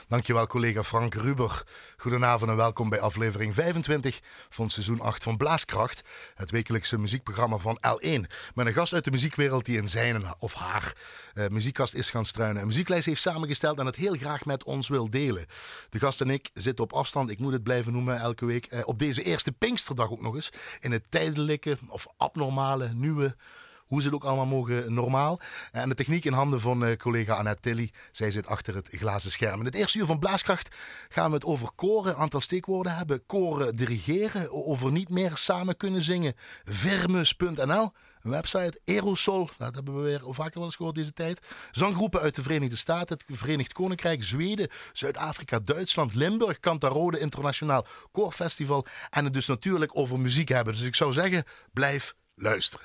Dankjewel collega Frank Ruber. Goedenavond en welkom bij aflevering 25 van seizoen 8 van Blaaskracht. Het wekelijkse muziekprogramma van L1. Met een gast uit de muziekwereld die in zijn of haar muziekkast is gaan struinen. Een muzieklijst heeft samengesteld en het heel graag met ons wil delen. De gast en ik zitten op afstand, ik moet het blijven noemen elke week. Op deze eerste Pinksterdag ook nog eens. In het tijdelijke of abnormale, nieuwe... Hoe ze het ook allemaal mogen, normaal. En de techniek in handen van collega Annette Tilly. Zij zit achter het glazen scherm. In het eerste uur van Blaaskracht gaan we het over koren, een aantal steekwoorden hebben. Koren dirigeren, over niet meer samen kunnen zingen. Vermus.nl, een website. Aerosol, dat hebben we weer vaker wel eens gehoord deze tijd. Zanggroepen uit de Verenigde Staten, het Verenigd Koninkrijk, Zweden, Zuid-Afrika, Duitsland, Limburg, Cantarode Internationaal Koorfestival. En het dus natuurlijk over muziek hebben. Dus ik zou zeggen, blijf luisteren.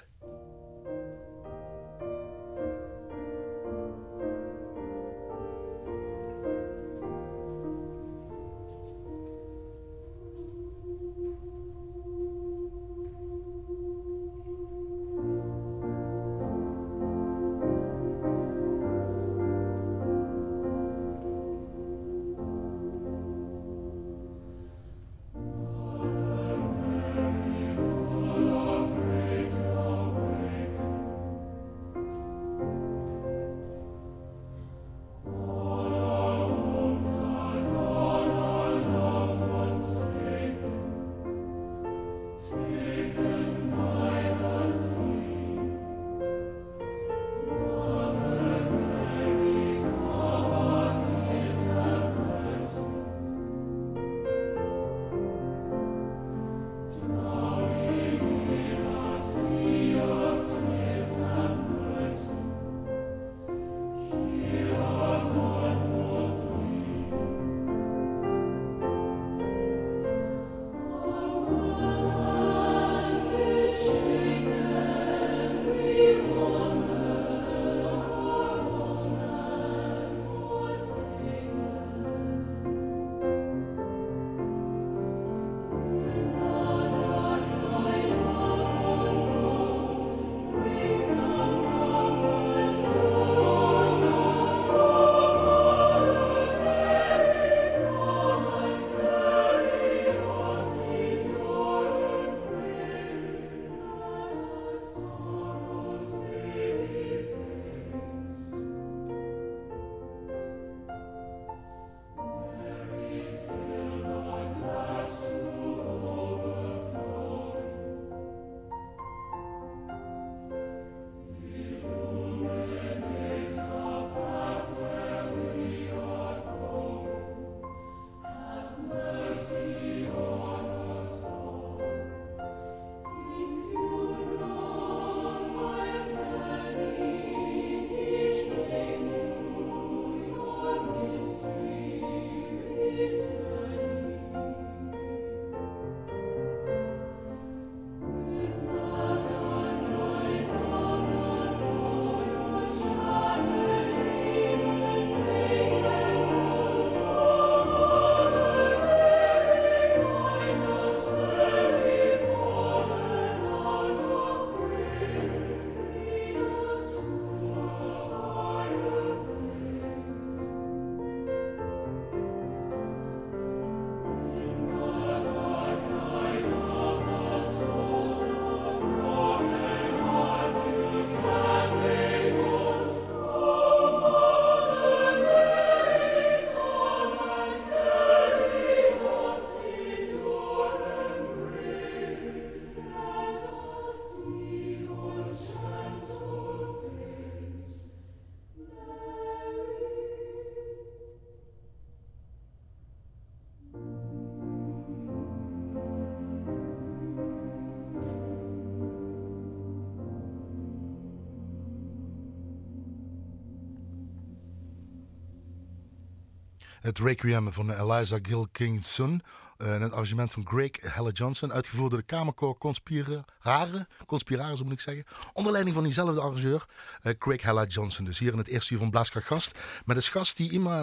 Het Requiem van Eliza Gilkingson in het arrangement van Greg Hella Johnson, uitgevoerd door de Kamerkoor Conspirare, zo moet ik zeggen. Onder leiding van diezelfde arrangeur, Greg Hella Johnson. Dus hier in het eerste uur van Blaaskracht Gast. Met als gast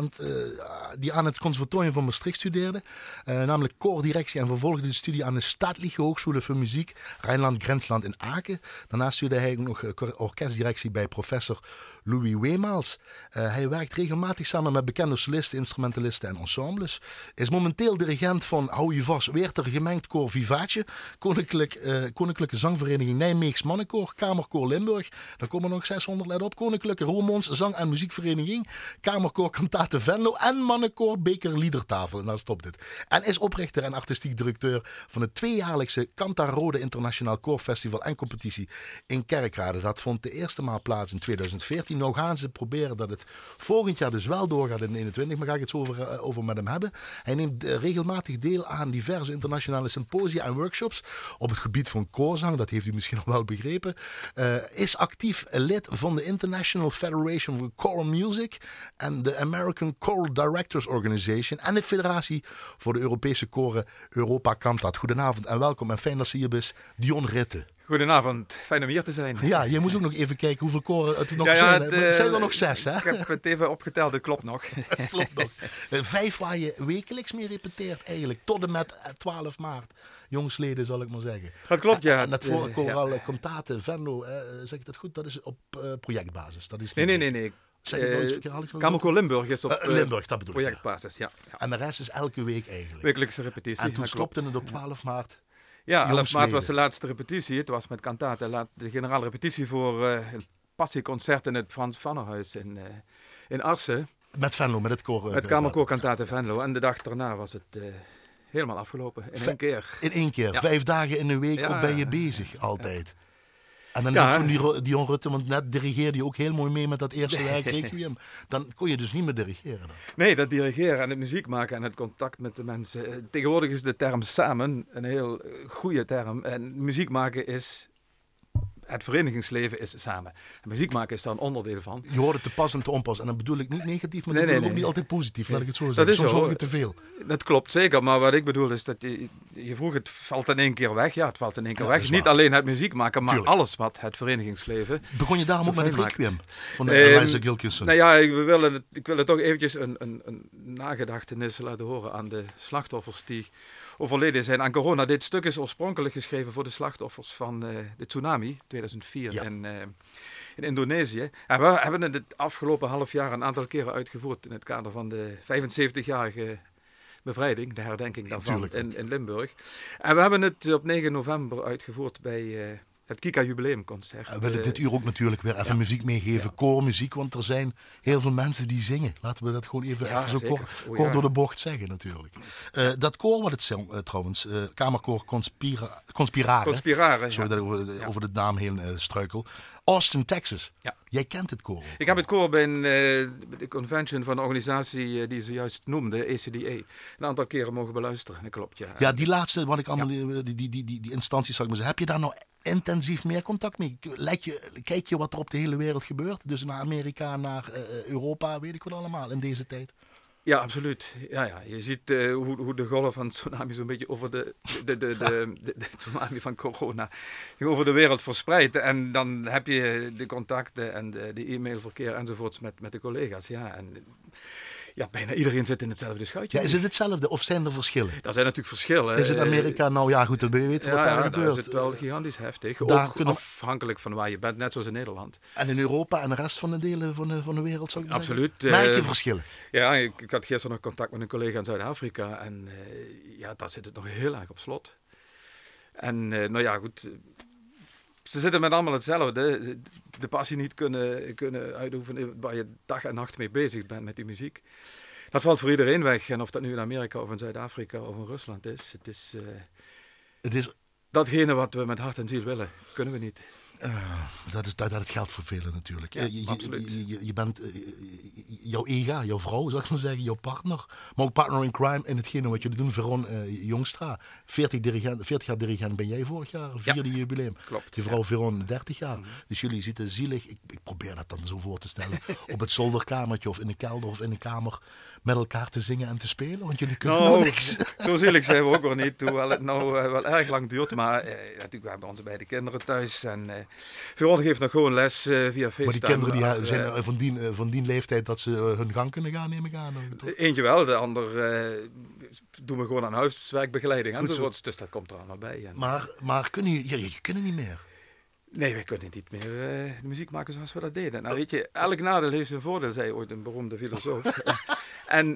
die aan het conservatorium van Maastricht studeerde. Namelijk koordirectie en vervolgde de studie aan de Staatliche Hochschule voor Muziek Rijnland-Grensland in Aken. Daarnaast studeerde hij ook nog orkestdirectie bij professor Louis Weemaals. Hij werkt regelmatig samen met bekende solisten, instrumentalisten en ensembles. Is momenteel dirigent van, hou je vast, Weerter Gemengd Koor Vivace, Koninklijke Zangvereniging Nijmeegs Mannenkoor, Kamerkoor Limburg. Daar komen nog 600 leden op. Koninklijke Roermonds Zang- en Muziekvereniging, Kamerkoor Cantate Venlo en Mannenkoor Beker Liedertafel. En daar stopt het. En is oprichter en artistiek directeur van het tweejaarlijkse Cantarode Internationaal Koorfestival en competitie in Kerkrade. Dat vond de eerste maal plaats in 2014. Nou gaan ze proberen dat het volgend jaar dus wel doorgaat in 2021, maar ga ik het zo over met hem hebben. Hij neemt regelmatig deel aan diverse internationale symposia en workshops op het gebied van koorzang, dat heeft u misschien al wel begrepen. Is actief lid van de International Federation for Choral Music en de American Choral Directors Organization en de Federatie voor de Europese Koren Europa Cantat. Goedenavond en welkom en fijn dat ze hier is, Dion Ritte. Goedenavond, fijn om hier te zijn. Ja, je moest ook nog even kijken hoeveel koren het nog zijn. Het zijn er nog 6, hè? Ik heb het even opgeteld, het klopt nog. Het klopt nog. 5 waar je wekelijks mee repeteert eigenlijk, tot en met 12 maart. Jongsleden, zal ik maar zeggen. Dat klopt, ja. En dat voor Choral Cantate Venlo, zeg ik dat goed? Dat is op projectbasis. Dat is Nee. Zeg ik nou iets verkeerd? Kamerkoor Limburg is op Limburg, dat bedoel ik. projectbasis, ja. En de rest is elke week eigenlijk. Wekelijkse repetitie. En toen stopte het op 12 maart. Ja, 11 maart was de laatste repetitie. Het was met Cantate de generale repetitie voor een passieconcert in het Frans Vannerhuis in Arsen. Met Venlo, met het koor. Met Kamerkoor Cantate Venlo. En de dag daarna was het helemaal afgelopen. In één keer. In één keer. Ja. 5 dagen in een week ben je bezig, altijd. Ja. En dan is het van Dion Rutte, want net dirigeerde je ook heel mooi mee met dat eerste werk, Requiem. Dan kon je dus niet meer dirigeren. Dan. Nee, dat dirigeren en het muziek maken en het contact met de mensen. Tegenwoordig is de term samen een heel goede term. En muziek maken is... Het verenigingsleven is samen. En muziek maken is daar een onderdeel van. Je hoort het te pas en te onpas. En dat bedoel ik niet negatief, maar dat bedoel ik ook niet altijd positief. Laat ik het zo zeggen. Dat is soms zo. hoor je te veel. Dat klopt zeker. Maar wat ik bedoel is dat je vroeg het valt in één keer weg. Ja, het valt in één keer weg. Niet alleen het muziek maken, maar alles wat het verenigingsleven... Begon je daarom ook met het Requiem van de Eliza Gilkinson? Nou ja, ik wil toch eventjes een nagedachtenis laten horen aan de slachtoffers die overleden zijn aan corona. Dit stuk is oorspronkelijk geschreven voor de slachtoffers van de tsunami 2004 in Indonesië. En we hebben het afgelopen half jaar een aantal keren uitgevoerd in het kader van de 75-jarige bevrijding, de herdenking daarvan in Limburg. En we hebben het op 9 november uitgevoerd bij het Kika Jubileumconcert. We willen dit uur ook natuurlijk weer even muziek meegeven, koormuziek, want er zijn heel veel mensen die zingen. Laten we dat gewoon even zo kort door de bocht zeggen natuurlijk. Dat koor wat het zong, trouwens, Kamerkoor Conspirare. Sorry dat ik over de naam heen struikel. Austin, Texas. Ja. Jij kent het koor. Ik heb het koor bij de convention van de organisatie die ze juist noemde, ACDA, een aantal keren mogen beluisteren. Dat klopt, ja. Ja, die laatste, wat ik allemaal, die instanties, zal ik maar zeggen. Heb je daar nou intensief meer contact mee? Kijk je wat er op de hele wereld gebeurt? Dus naar Amerika, naar Europa, weet ik wat allemaal in deze tijd? Ja, absoluut. Ja. Je ziet hoe de golf van tsunami zo'n beetje over de tsunami van corona over de wereld verspreidt. En dan heb je de contacten en de e-mailverkeer enzovoorts met de collega's. Ja, en bijna iedereen zit in hetzelfde schuitje. Ja, is het hetzelfde of zijn er verschillen? Er zijn natuurlijk verschillen. Is het Amerika? Nou ja, goed, dan weet je wat daar gebeurt. Daar is het wel gigantisch heftig. Ook afhankelijk van waar je bent, net zoals in Nederland. En in Europa en de rest van de delen van de wereld, zou ik absoluut zeggen? Merk je verschillen? Ja, ik had gisteren nog contact met een collega in Zuid-Afrika. En daar zit het nog heel erg op slot. En goed... Ze zitten met allemaal hetzelfde. De passie niet kunnen uitoefenen waar je dag en nacht mee bezig bent met die muziek. Dat valt voor iedereen weg. En of dat nu in Amerika of in Zuid-Afrika of in Rusland is. Het is datgene wat we met hart en ziel willen, kunnen we niet. Dat het geld vervelen natuurlijk. Ja, absoluut. Je bent jouw ega, jouw vrouw, zou ik maar zeggen, jouw partner. Maar ook partner in crime in hetgene wat jullie doen. Veron Jongstra, 40 jaar dirigent ben jij vorig jaar, vierde jubileum. Klopt. Die vrouw Veron 30 jaar. Dus jullie zitten zielig, ik probeer dat dan zo voor te stellen, op het zolderkamertje of in de kelder of in de kamer met elkaar te zingen en te spelen. Want jullie kunnen nou niks. Zo zielig zijn we ook weer niet, hoewel het nou wel erg lang duurt. Maar natuurlijk, we hebben onze beide kinderen thuis en Veron geeft nog gewoon les via FaceTime. Maar die kinderen die zijn van die leeftijd dat ze hun gang kunnen gaan, neem ik aan. Eentje wel, de ander doen we gewoon aan huiswerkbegeleiding enzovoorts. Dus dat komt er allemaal bij. En, maar jullie kunnen niet meer. Nee, wij kunnen niet meer de muziek maken zoals we dat deden. Nou weet je, elk nadeel heeft zijn voordeel, zei ooit een beroemde filosoof. En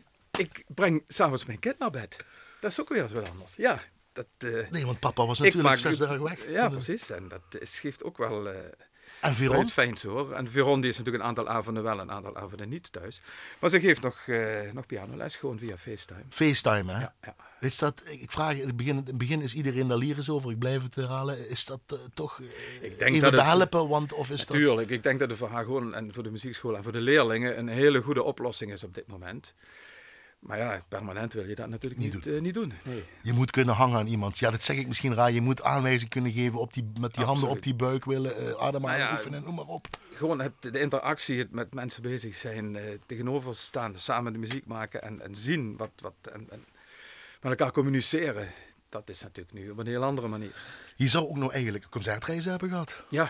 ik breng s'avonds mijn kind naar bed. Dat is ook weer wat anders. Ja, nee, want papa was natuurlijk 6 dagen weg. Ja, precies. En dat geeft ook wel en Veron? het fijnste hoor. En Veron die is natuurlijk een aantal avonden wel, een aantal avonden niet thuis. Maar ze geeft nog pianoles, gewoon via FaceTime. FaceTime, hè? Ja. Is dat, ik vraag, in het begin is iedereen daar lyrisch over, ik blijf het herhalen. Is dat toch even behelpen? Natuurlijk, ik denk dat het voor haar gewoon en voor de muziekschool en voor de leerlingen een hele goede oplossing is op dit moment. Maar ja, permanent wil je dat natuurlijk niet doen. Nee. Je moet kunnen hangen aan iemand. Ja, dat zeg ik misschien raar. Je moet aanwijzing kunnen geven met die handen op die buik willen ademhalen oefenen, noem maar op. Gewoon de interactie, het met mensen bezig zijn, tegenover staan, samen de muziek maken en zien en met elkaar communiceren. Dat is natuurlijk nu op een heel andere manier. Je zou ook nog eigenlijk een concertreis hebben gehad. Ja.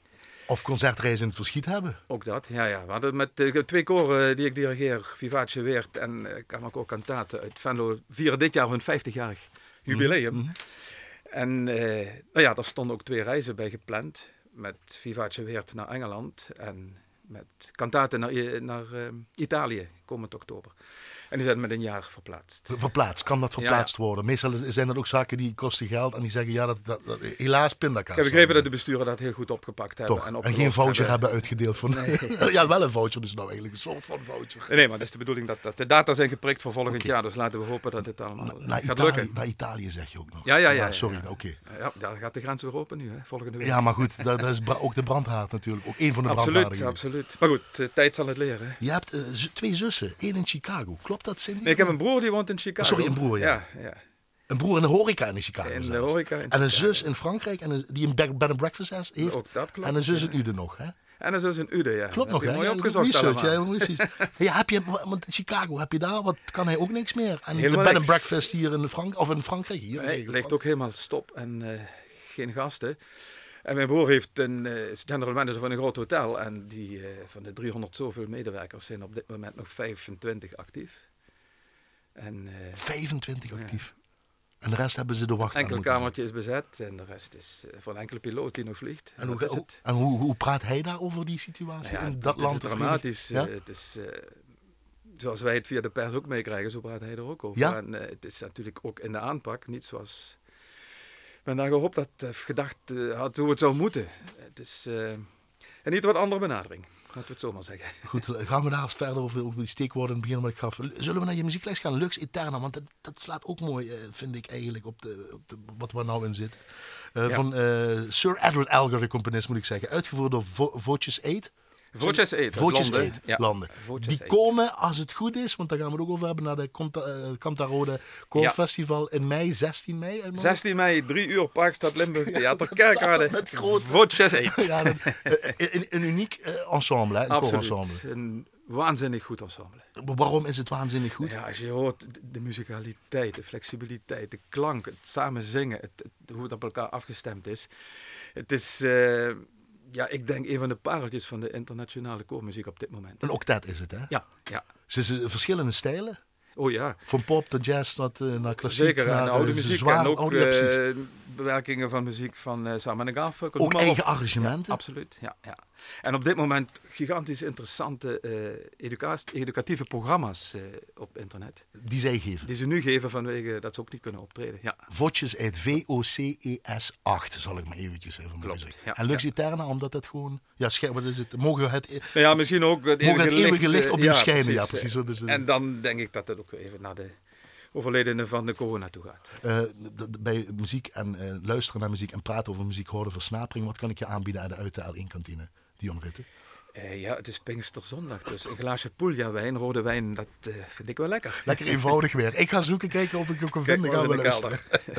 Of concertreizen in het verschiet hebben. Ook dat, ja. We hadden met 2 koren die ik dirigeer, Vivace Weert en Kamerkoor Cantate uit Venlo, vieren dit jaar hun 50-jarig jubileum. Mm-hmm. En daar stonden ook 2 reizen bij gepland. Met Vivace Weert naar Engeland en met Cantate naar Italië, komend oktober. En die zijn met een jaar verplaatst. Verplaatst? Kan dat verplaatst worden? Meestal zijn dat ook zaken die kosten geld en die zeggen dat helaas pindakaas. Ik heb begrepen dat de besturen dat heel goed opgepakt hebben. Toch? En geen voucher hebben uitgedeeld. Van, nee. Ja, wel een voucher, dus nou eigenlijk een soort van voucher. Nee, maar het is de bedoeling dat de data zijn geprikt voor volgend jaar. Dus laten we hopen dat het allemaal gaat lukken. Naar Italië zeg je ook nog. Ja. Sorry, oké. Ja, daar gaat de grens weer open nu, hè, volgende week. Ja, maar goed, dat is ook de brandhaard natuurlijk. Ook een van de brandhaarden. Absoluut. Maar goed, tijd zal het leren. Je hebt 2 zussen, 1 in Chicago. Klopt dat, Cindy? Nee, ik heb een broer die woont in Chicago. Sorry, een broer, ja. Een broer in de horeca in Chicago. In de horeca in Chicago. En een zus in Frankrijk die een bed and breakfast heeft. Ook dat klopt. En een zus in Uden nog, hè? En een zus in Uden, ja. Klopt nog, hè? Mooi opgezocht allemaal. Want in Chicago, heb je daar, kan hij ook niks meer? En helemaal de bed niks. and breakfast hier in Frankrijk. Hier nee, ligt ook helemaal stop en geen gasten. En mijn broer heeft is general manager van een groot hotel. En die van de 300 zoveel medewerkers zijn op dit moment nog 25 actief. 25 actief. En de rest hebben ze de wacht aan. Een enkel kamertje is bezet en de rest is voor een enkele piloot die nog vliegt. En hoe praat hij daar over die situatie in dat land? Het is dramatisch. Het is, zoals wij het via de pers ook meekrijgen, zo praat hij er ook over. Ja? En het is natuurlijk ook in de aanpak niet zoals men daar gehoopt had, gedacht had hoe het zou moeten. Het is een niet wat andere benadering. Laten we het zo maar zeggen. Goed, gaan we daar verder over die steekwoorden beginnen wat ik gaf. Zullen we naar je muziekles gaan? Lux Eterna, want dat slaat ook mooi, vind ik eigenlijk, op wat we nou in zitten. Van Sir Edward Elgar, de componist moet ik zeggen. Uitgevoerd door Voces 8. Voces 8, Landen. Die komen, als het goed is, want daar gaan we het ook over hebben, naar de Cantarode Koorfestival in mei, 16 mei. 16 mei, 3 uur, Parkstad Limburg, Theater Kerkrade. Voces 8. Ja, een uniek ensemble, hè? Een Absoluut, een waanzinnig goed ensemble. Waarom is het waanzinnig goed? Ja, als je hoort de musicaliteit, de flexibiliteit, de klank, het samen zingen, hoe het op elkaar afgestemd is. Het is... ik denk een van de pareltjes van de internationale koormuziek op dit moment. Een octet is het, hè? Ja. Ze zijn verschillende stijlen. Oh ja. Van pop tot jazz naar klassiek. Zeker, naar oude muziek en ook bewerkingen van muziek van Simon & Garfunkel. Ook eigen arrangementen? Ja, absoluut, ja. En op dit moment gigantisch interessante educatieve programma's op internet. Die zij geven? Die ze nu geven vanwege dat ze ook niet kunnen optreden, ja. Voces uit VOCES 8, zal ik maar eventjes even zeggen. Ja, en Lux Eterna, omdat het gewoon... Ja, wat is het? Mogen we het... misschien ook het eeuwige licht op u schijnen. Precies, ja, precies. Zo is het. En dan denk ik dat het ook even naar de overledene van de corona toegaat. Bij muziek en luisteren naar muziek en praten over muziek horen versnapering. Wat kan ik je aanbieden uit de L1-kantine, Dion Ritte? Het is Pinksterzondag, dus een glaasje Puglia wijn, rode wijn, dat vind ik wel lekker. Lekker eenvoudig weer. Ik ga zoeken, kijken of ik ook kan vinden. Gaan we luisteren.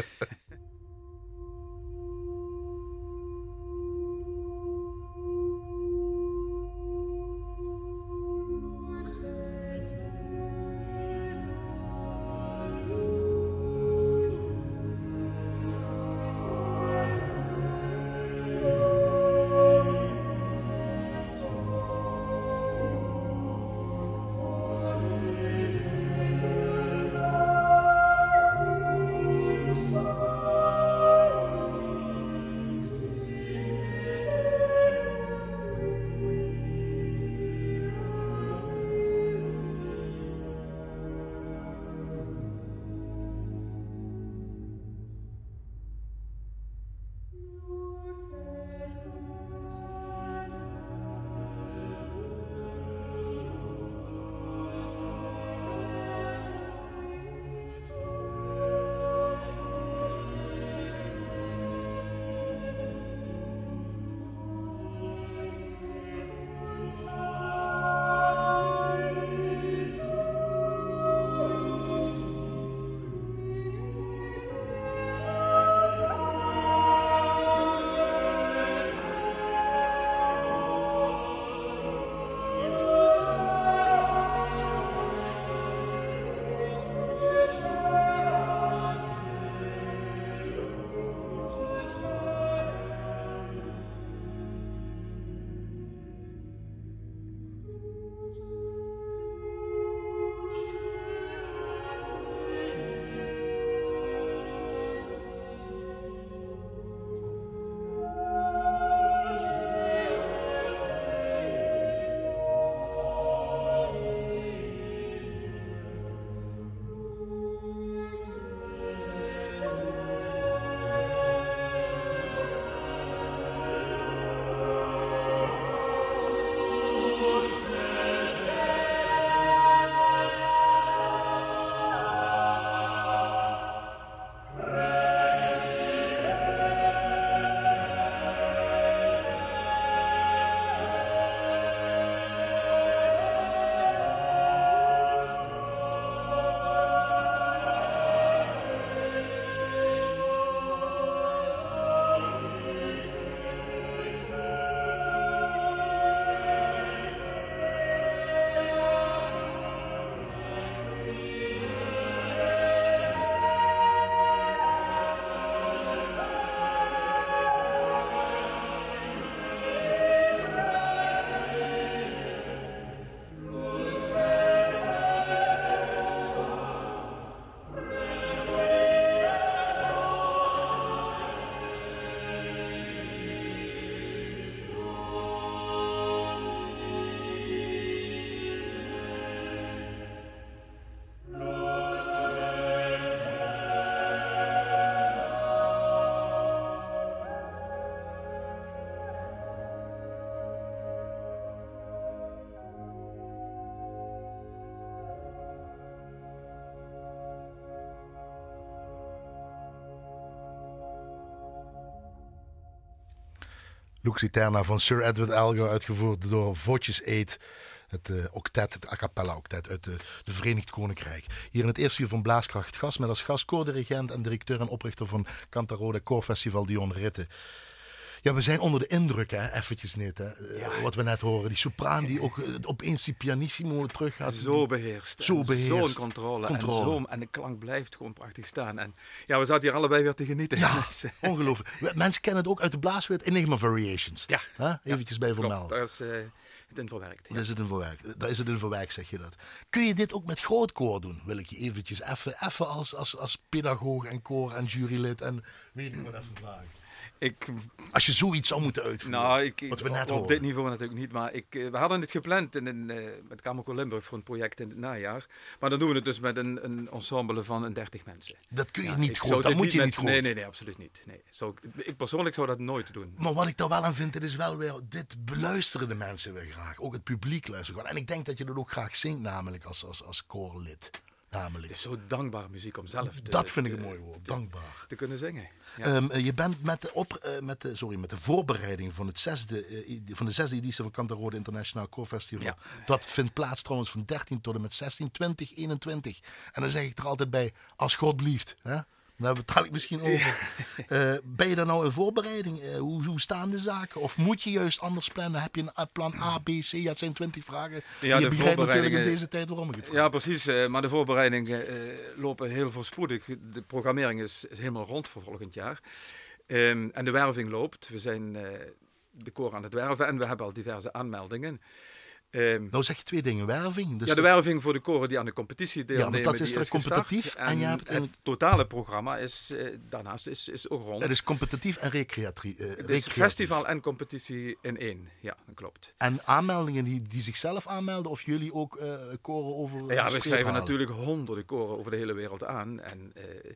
Lux Aeterna van Sir Edward Elgar, uitgevoerd door Voces 8. Het octet, het a cappella octet uit de Verenigd Koninkrijk. Hier in het eerste uur van Blaaskracht gast met als gast koordirigent en directeur en oprichter van Cantarode Koorfestival Dion Ritte. Ja, we zijn onder de indruk, hè, eventjes net, hè. Wat we net horen. Die sopraan die ook opeens die pianissimo terug gaat. Zo beheerst. Zo'n controle. En de klank blijft gewoon prachtig staan. En ja, we zaten hier allebei weer te genieten. Ja, ongelooflijk. Mensen kennen het ook uit de blaaswereld, Enigma Variations. Ja. Huh? Eventjes bij vermelden. Daar is het in verwerkt. Ja. Daar is het in verwerkt, zeg je dat. Kun je dit ook met groot koor doen? Wil ik je eventjes even als pedagoog en koor en jurylid en weet ik wat even vragen. Als je zoiets zou moeten uitvoeren, wat we net horen. Op dit niveau natuurlijk niet, maar we hadden het gepland met Kamerkoor Limburg voor een project in het najaar. Maar dan doen we het dus met een ensemble van 30 mensen. Dat kun je niet groot, dat moet je niet groot. Nee, absoluut niet. Nee. Ik persoonlijk zou dat nooit doen. Maar wat ik daar wel aan vind, het is wel weer, dit beluisteren de mensen weer graag. Ook het publiek luistert gewoon. En ik denk dat je dat ook graag zingt, namelijk als koorlid. Ja, maar Het is zo dankbaar muziek om zelf dat vind ik een mooi woord, dankbaar. te kunnen zingen. Ja. Je bent met de voorbereiding van van de zesde editie van Cantarode Internationaal Koorfestival. Ja. Dat vindt plaats trouwens van 13 tot en met 16, 20, 21. En dan zeg ik er altijd bij, als God blieft. Hè? Daar betaal ik misschien over. Ben je daar nou in voorbereiding? Hoe staan de zaken? Of moet je juist anders plannen? Heb je een plan A, B, C? Ja, het zijn 20 vragen. Ja, je de begrijpt natuurlijk in voorbereidingen- deze tijd waarom ik het vraag. Ja, precies. Maar de voorbereidingen lopen heel voorspoedig. De programmering is helemaal rond voor volgend jaar. En de werving loopt. We zijn de koor aan het werven en we hebben al diverse aanmeldingen. Nou zeg je twee dingen. Werving. Dus Ja, de werving voor de koren die aan de competitie deelnemen. maar dat is die er gestart. competitief en je hebt het totale programma is daarnaast is ook rond. het is competitief en recreatief. Het is festival en competitie in één. Ja, dat klopt. En aanmeldingen die zichzelf aanmelden of jullie ook koren over de Ja, we streep schrijven halen? natuurlijk honderden koren over de hele wereld aan. En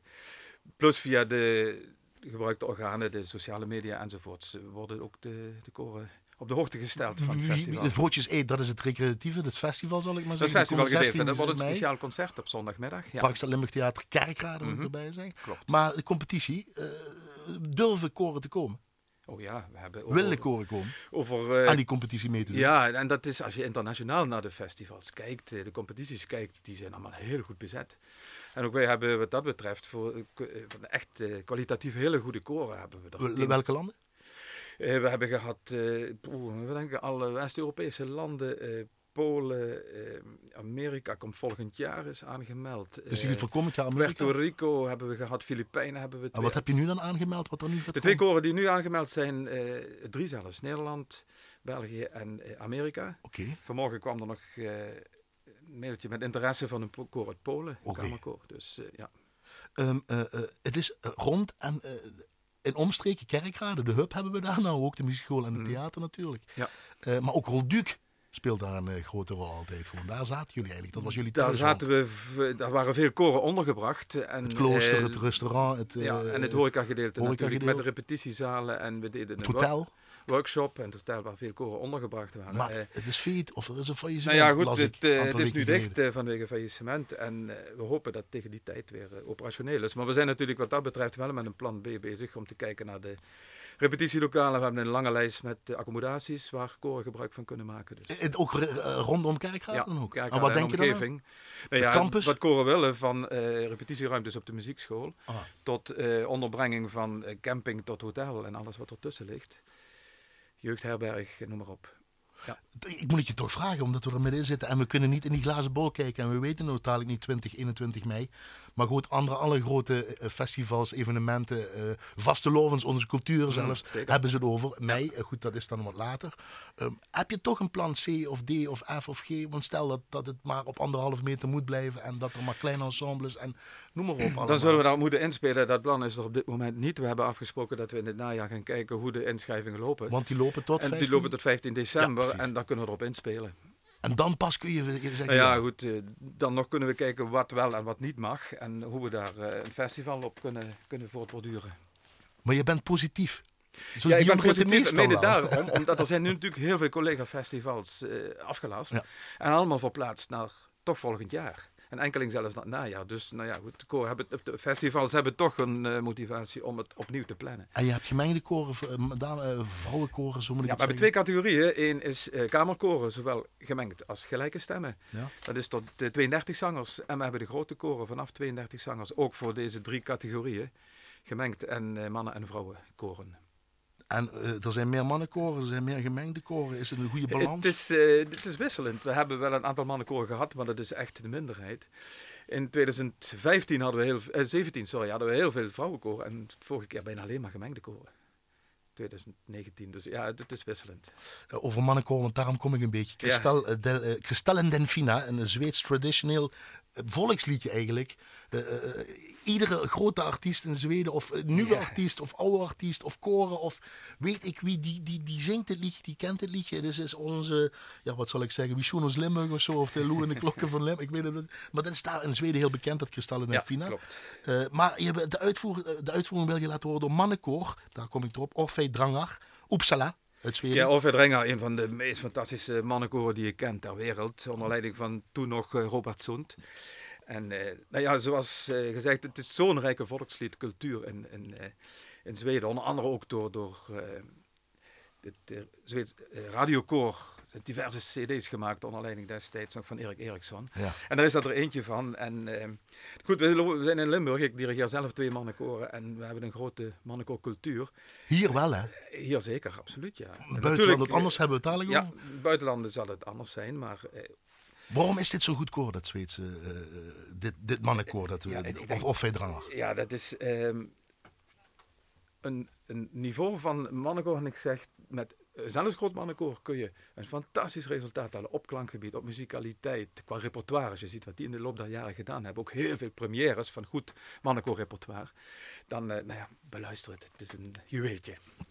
plus via de gebruikte organen, de sociale media enzovoorts, worden ook de koren op de hoogte gesteld van het festival. De Vrootjes Eet, dat is het recreatieve, het festival zal ik maar Dat is zeggen. festivalgedeelte. Dat wordt een mei. speciaal concert op zondagmiddag. Ja. Parkstad Limburg Theater Kerkrade moet erbij zijn. Klopt. Maar de competitie, durven koren te komen? Oh ja, we hebben Willen koren komen over aan die competitie mee te doen? ja, en dat is als je internationaal naar de festivals kijkt, de competities kijkt, die zijn allemaal heel goed bezet. En ook wij hebben wat dat betreft voor echt kwalitatief hele goede koren hebben we er. Welke landen? We hebben gehad, we denken alle West-Europese landen, Polen, Amerika komt volgend jaar is aangemeld. Dus je gaat voor komend jaar Amerika. Puerto Rico hebben we gehad, Filipijnen hebben we En wat heb je nu dan aangemeld? Wat er nu gaat De twee komen? koren die nu aangemeld zijn, 3 zelfs, Nederland, België en Amerika. Oké. Vanmorgen kwam er nog een mailtje met interesse van een koor uit Polen, een Oké. kamerkoor. Dus ja. Het is rond en in omstreken Kerkrade, de hub hebben we daar nou ook, de muziekschool en het theater natuurlijk. Ja. Maar ook Rolduc speelt daar een grote rol altijd gewoon. Daar zaten jullie eigenlijk, dat was jullie Daar thuisland. daar waren veel koren ondergebracht. En, Het klooster, het restaurant, en het horecagedeelte natuurlijk, horecagedeelte. met de repetitiezalen. En we deden het een hotel. workshop en het hotel waar veel koren ondergebracht waren. Maar het is failliet, of er is een faillissement. Nou ja, goed, las het ik een aantal is nu weken dicht geleden. vanwege faillissement en we hopen dat tegen die tijd weer operationeel is. Maar we zijn natuurlijk wat dat betreft wel met een plan B bezig om te kijken naar de repetitielokalen. We hebben een lange lijst met accommodaties waar koren gebruik van kunnen maken. Dus. Ook rondom Kerkrade dan ook? Kerkrade En wat en denk je dan? omgeving. Nou ja, campus? wat koren willen, van repetitieruimtes op de muziekschool Ah. tot onderbrenging van camping tot hotel en alles wat ertussen ligt. Jeugdherberg, noem maar op. Ja. Ik moet het je toch vragen, omdat we er middenin zitten en we kunnen niet in die glazen bol kijken. En we weten nou dadelijk niet 20, 21 mei. Maar goed, alle grote festivals, evenementen, vastelovens, onze cultuur zelfs, zeker. hebben ze het over. Mei, goed, dat is dan wat later. Heb je toch een plan C of D of F of G? Want stel dat het maar op 1,5 meter moet blijven en dat er maar kleine ensembles en noem maar op. Allemaal. Dan zullen we dat moeten inspelen. Dat plan is er op dit moment niet. We hebben afgesproken dat we in het najaar gaan kijken hoe de inschrijvingen lopen. Want die lopen tot en 15? die lopen tot 15 december Ja, precies. en daar kunnen we erop inspelen. En dan pas kun je zeggen... Nou ja, goed. Dan nog kunnen we kijken wat wel en wat niet mag. En hoe we daar een festival op kunnen voortborduren. Maar je bent positief. Zoals Ja, die ik ben jongeren het positief, meestal mede wel. daarom. Omdat er zijn nu natuurlijk heel veel collega-festivals afgelast. Ja. En allemaal verplaatst naar toch volgend jaar. En enkeling zelfs naar het najaar. Dus nou ja, goed, de festivals hebben toch een motivatie om het opnieuw te plannen. En je hebt gemengde koren, vrouwenkoren, zo moet ik Ja, het we hebben zeggen. 2 categorieën. Eén is kamerkoren, zowel gemengd als gelijke stemmen. Ja. Dat is tot 32 zangers. En we hebben de grote koren vanaf 32 zangers. Ook voor deze 3 categorieën. Gemengd en mannen- en vrouwenkoren. En er zijn meer mannenkoren, er zijn meer gemengde koren. Is het een goede balans? Het is wisselend. We hebben wel een aantal mannenkoren gehad, maar dat is echt de minderheid. In 2017 hadden we heel veel vrouwenkoren. En vorige keer bijna alleen maar gemengde koren. 2019. Dus ja, het is wisselend. Over mannenkoren, want daarom kom ik een beetje. Cristallen Denfina, een Zweeds traditioneel volksliedje eigenlijk. Iedere grote artiest in Zweden, of nieuwe artiest, of oude artiest, of koren, of weet ik wie, die zingt het liedje, die kent het liedje. Dus is onze, ja wat zal ik zeggen, wie ons Limburg of zo, of de Lou en de Klokken van Limburg, ik weet het niet. Maar dat is daar in Zweden heel bekend, dat Cristallen Denfina. Klopt. Maar de uitvoering wil je laten horen door mannenkoor, daar kom ik erop, Orfei Drangar, Uppsala. Uit Zweden. Ja, Orfei Drangar, een van de meest fantastische mannenkoren die je kent ter wereld. Onder leiding van toen nog Robert Sund. En nou ja, zoals gezegd, het is zo'n rijke volksliedcultuur in Zweden. Onder andere ook door het Zweeds radiokoor. Diverse cd's gemaakt onder leiding destijds nog van Erik Eriksson. Ja. En daar is dat er eentje van. En goed, we zijn in Limburg. Ik dirigeer zelf 2 mannenkoren. En we hebben een grote mannenkoorcultuur. Hier wel, hè? Hier zeker, absoluut, ja. Buitenland het anders hebben we het dadelijk over? Ja, buitenlanden zal het anders zijn, maar... waarom is dit zo goed koor, dat Zweedse, dit mannenkoor, of Vijfdranger? Ja, dat is een niveau van mannenkoor. En ik zeg, met zelfs groot mannenkoor kun je een fantastisch resultaat halen op klankgebied, op muzikaliteit, qua repertoire. Als je ziet wat die in de loop der jaren gedaan hebben, ook heel veel premières van goed mannenkoorrepertoire. Dan, beluister het. Het is een juweeltje.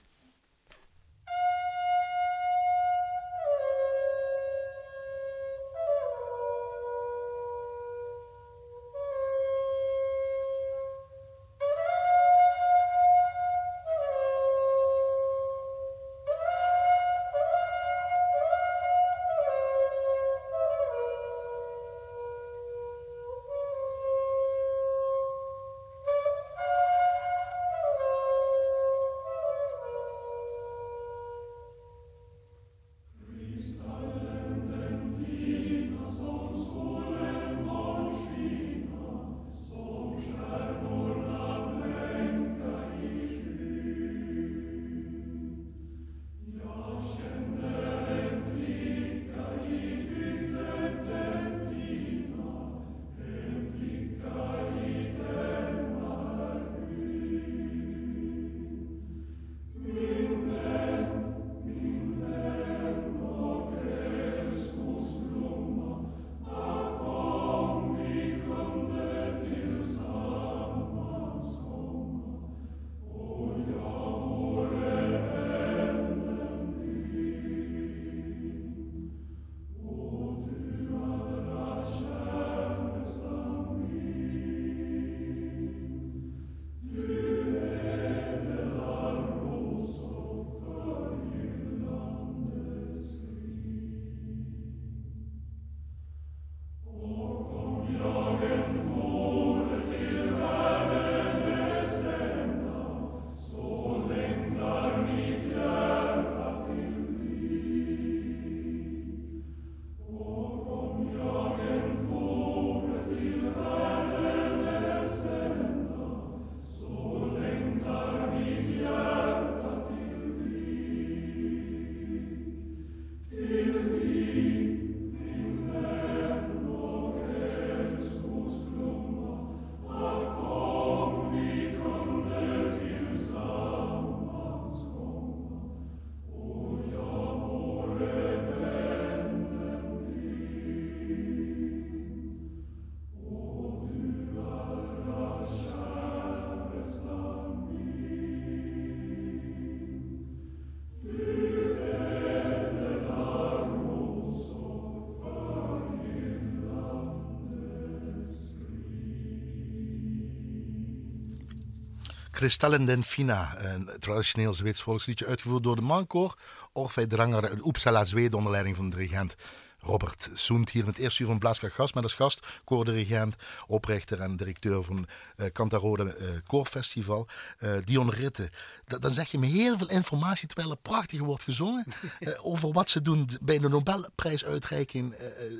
Kristallen den Fina, een traditioneel Zweeds volksliedje uitgevoerd door de mankoor Orfei Dranger uit Uppsala, Zweden, onder leiding van de dirigent Robert Sundt. Hier in het eerste uur van Blaaskracht Gast met als gast koordirigent, oprichter en directeur van Cantarode Koorfestival, Dion Ritte. Dan zeg je me heel veel informatie terwijl er prachtig wordt gezongen over wat ze doen bij de Nobelprijsuitreiking.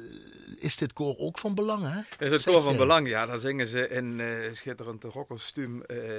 Is dit koor ook van belang, hè? Is het koor van belang, ja. Dan zingen ze in schitterend rockkostuum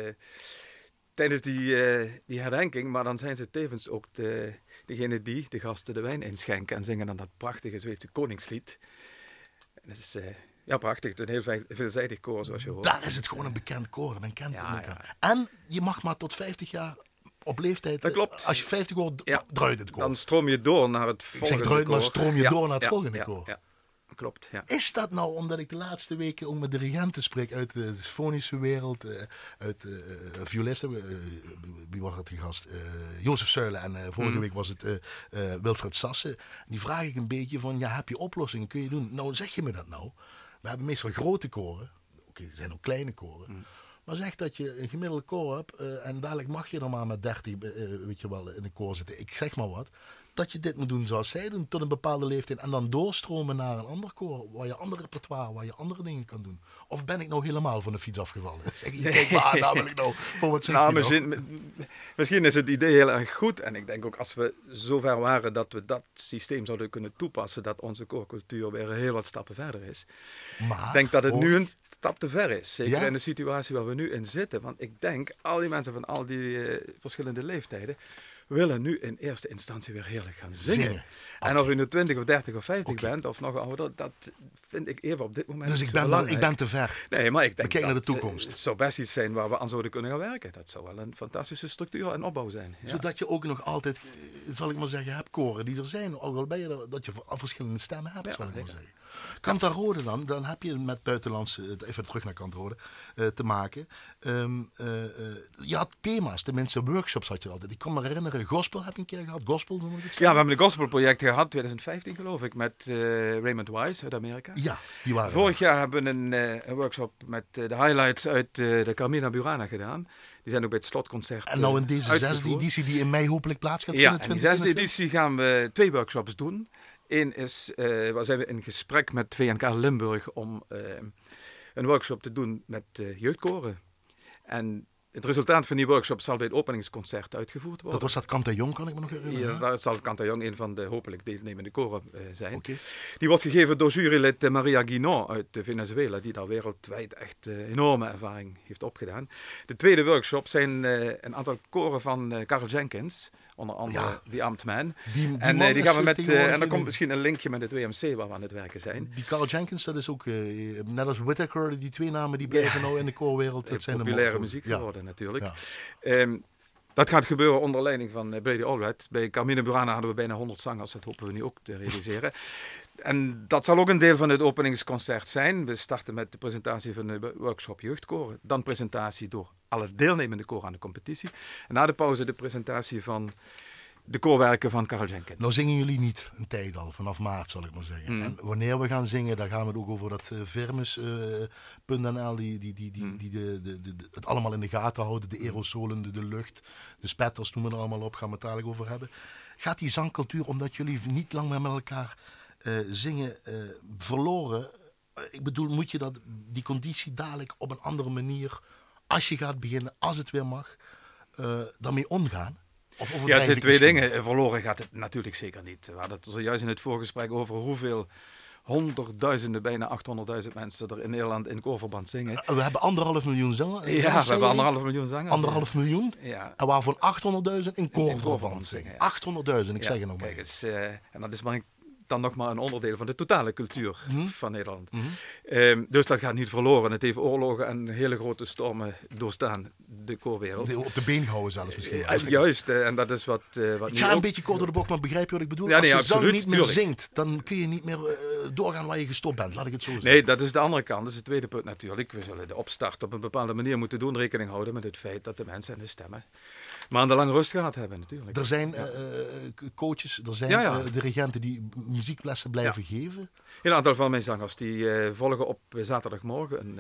tijdens die herdenking. Maar dan zijn ze tevens ook degene die de gasten de wijn inschenken en zingen dan dat prachtige Zweedse koningslied. En dat is prachtig. Het is een heel veelzijdig koor, zoals je hoort. Daar is het gewoon een bekend koor. Men kent het. En je mag maar tot 50 jaar op leeftijd. Dat klopt. Als je 50 wordt, druit het koor. Dan stroom je door naar het volgende koor. Maar stroom je door naar het volgende koor. Ja. Klopt, ja. Is dat nou omdat ik de laatste weken ook met dirigenten spreek uit de symfonische wereld, uit violisten, wie was het die gast? Jozef Zuilen en vorige week was het Wilfred Sassen. Die vraag ik een beetje van, heb je oplossingen, kun je doen? Nou, zeg je me dat nou? We hebben meestal grote koren, oké, er zijn ook kleine koren. Maar zeg dat je een gemiddelde koor hebt en dadelijk mag je er maar met 30 weet je wel, in een koor zitten. Ik zeg maar wat. dat je dit moet doen zoals zij doen, tot een bepaalde leeftijd, en dan doorstromen naar een ander koor, waar je ander repertoire, waar je andere dingen kan doen? Of ben ik nou helemaal van de fiets afgevallen? Zeg je, kijk maar, daar wil ik nou, voor wat zegt misschien is het idee heel erg goed, en ik denk ook als we zover waren dat we dat systeem zouden kunnen toepassen, dat onze koorcultuur weer heel wat stappen verder is. Maar, ik denk dat het nu een stap te ver is, zeker in de situatie waar we nu in zitten, want ik denk, al die mensen van al die verschillende leeftijden willen nu in eerste instantie weer heerlijk gaan zingen. En of je nu 20 of 30 of 50 bent of nog ouder, dat vind ik even op dit moment. Dus ik ben te ver. Nee, maar ik denk kijk naar de toekomst. Het zou best iets zijn waar we aan zouden kunnen gaan werken. Dat zou wel een fantastische structuur en opbouw zijn. Ja. Zodat je ook nog altijd, zal ik maar zeggen, hebt koren die er zijn. Ook al ben je er, dat je verschillende stemmen hebt, zal ik maar zeggen. Kantarode dan heb je met buitenlandse, even terug naar Kantarode, te maken. Je had thema's, tenminste workshops had je altijd. Ik kan me herinneren, gospel heb je een keer gehad. Gospel noem ik het zo. Ja, we hebben een gospelproject gehad, 2015 geloof ik, met Raymond Wise uit Amerika. Ja, die waren Vorig jaar hebben we een workshop met de highlights uit de Carmina Burana gedaan. Die zijn ook bij het slotconcert En nou in deze zesde editie die in mei hopelijk plaats gaat vinden. Ja, in de zesde editie gaan we 2 workshops doen. Eén is, waar zijn we in gesprek met VNK Limburg om een workshop te doen met jeugdkoren. En het resultaat van die workshop zal bij het openingsconcert uitgevoerd worden. Dat was dat Cantillon, kan ik me nog herinneren. Ja, dat zal Cantillon een van de hopelijk deelnemende koren zijn. Okay. Die wordt gegeven door jurylid Maria Guinon uit Venezuela, die daar wereldwijd echt enorme ervaring heeft opgedaan. De tweede workshop zijn een aantal koren van Carl Jenkins, onder andere The Armed Man. Die gaan we met, en dan komt misschien een linkje met het WMC waar we aan het werken zijn. Die Carl Jenkins, dat is ook, net als Whittaker, die 2 namen die blijven nou in de koorwereld. Dat zijn populaire muziek geworden natuurlijk. Ja. Dat gaat gebeuren onder leiding van Brady Allred. Bij Carmina Burana hadden we bijna 100 zangers, dat hopen we nu ook te realiseren. En dat zal ook een deel van het openingsconcert zijn. We starten met de presentatie van de workshop jeugdkoren. Dan presentatie door alle deelnemende koren aan de competitie. En na de pauze de presentatie van de koorwerken van Carl Jenkins. Nou zingen jullie niet een tijd al, vanaf maart zal ik maar zeggen. En wanneer we gaan zingen, daar gaan we het ook over dat Firmus.nl die het allemaal in de gaten houden. De aerosolen, de lucht, de spetters, noemen we er allemaal op, gaan we het dadelijk over hebben. Gaat die zangcultuur, omdat jullie niet lang meer met elkaar zingen, verloren? Ik bedoel, moet je die conditie dadelijk op een andere manier, als je gaat beginnen, als het weer mag, daarmee omgaan? Ja, het zijn 2 dingen. Verloren gaat het natuurlijk zeker niet. We hadden het zojuist in het voorgesprek over hoeveel honderdduizenden, bijna 800.000 mensen er in Nederland in koorverband zingen. We hebben 1,5 miljoen zangers. Ja, we hebben 1,5 miljoen zangers. 1,5 miljoen? Ja. En waarvan 800.000 in koorverband zingen. Ja. 800.000, ik zeg het nog maar. Kijk eens, en dat is dan nog maar een onderdeel van de totale cultuur van Nederland. Dus dat gaat niet verloren. Het heeft oorlogen en hele grote stormen doorstaan, de koorwereld. Op de been gehouden zelfs misschien. Juist, en dat is wat ik ga een beetje kort door de bocht, maar begrijp je wat ik bedoel? Ja, nee, als je absoluut, zang niet meer zingt, dan kun je niet meer doorgaan waar je gestopt bent. Laat ik het zo zeggen. Nee, dat is de andere kant. Dat is het tweede punt natuurlijk. We zullen de opstart op een bepaalde manier moeten doen. Rekening houden met het feit dat de mensen en de stemmen maandenlang rust gehad hebben natuurlijk. Er zijn coaches, er zijn dirigenten die muzieklessen blijven geven. Een aantal van mijn zangers die volgen op zaterdagmorgen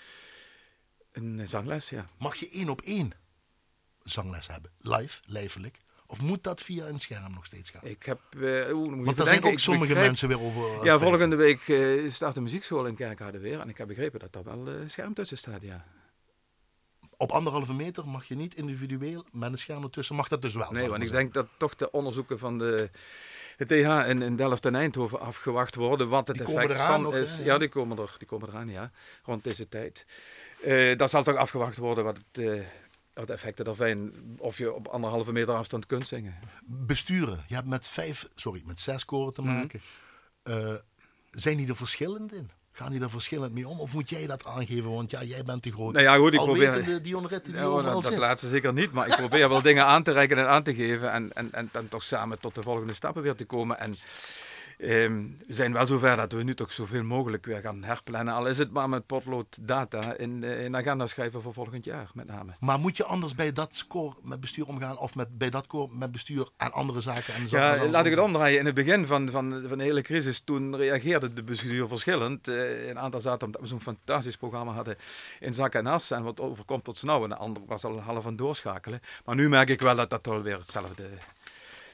een zangles. Ja. Mag je 1-op-1 zangles hebben? Live, lijfelijk? Of moet dat via een scherm nog steeds gaan? Ik heb, want daar zijn ook sommige mensen weer over. Ja, volgende week start de muziekschool in Kerkrade weer. En ik heb begrepen dat daar wel scherm tussen staat, ja. Op 1,5 meter mag je niet individueel met een scherm ertussen. Mag dat dus wel? Nee, want ik denk dat toch de onderzoeken van de TH in Delft en Eindhoven afgewacht worden. Wat het effect van is. Ja, die komen eraan, ja. Rond deze tijd. Dat zal toch afgewacht worden wat het effecten ervan zijn. Of je op 1,5 meter afstand kunt zingen. Besturen. Je hebt met 6 koren te maken. Zijn die er verschillend in? Gaan die er verschillend mee om? Of moet jij dat aangeven? Want ja, jij bent de grote. Nou ja, goed, ik probeer de Dion Ritter die overal zit. Dat laatste zeker niet. Maar ik probeer wel dingen aan te reiken en aan te geven. En toch samen tot de volgende stappen weer te komen. En we zijn wel zover dat we nu toch zoveel mogelijk weer gaan herplannen. Al is het maar met potlood data in agenda schrijven voor volgend jaar met name. Maar moet je anders bij dat koor met bestuur omgaan? Of bij dat koor met bestuur en andere zaken? En laat ik het omdraaien. In het begin van de hele crisis, toen reageerde de bestuur verschillend. Een aantal zaten omdat we zo'n fantastisch programma hadden in zak en as. En wat overkomt tot snauw. En de ander was al half aan doorschakelen. Maar nu merk ik wel dat alweer hetzelfde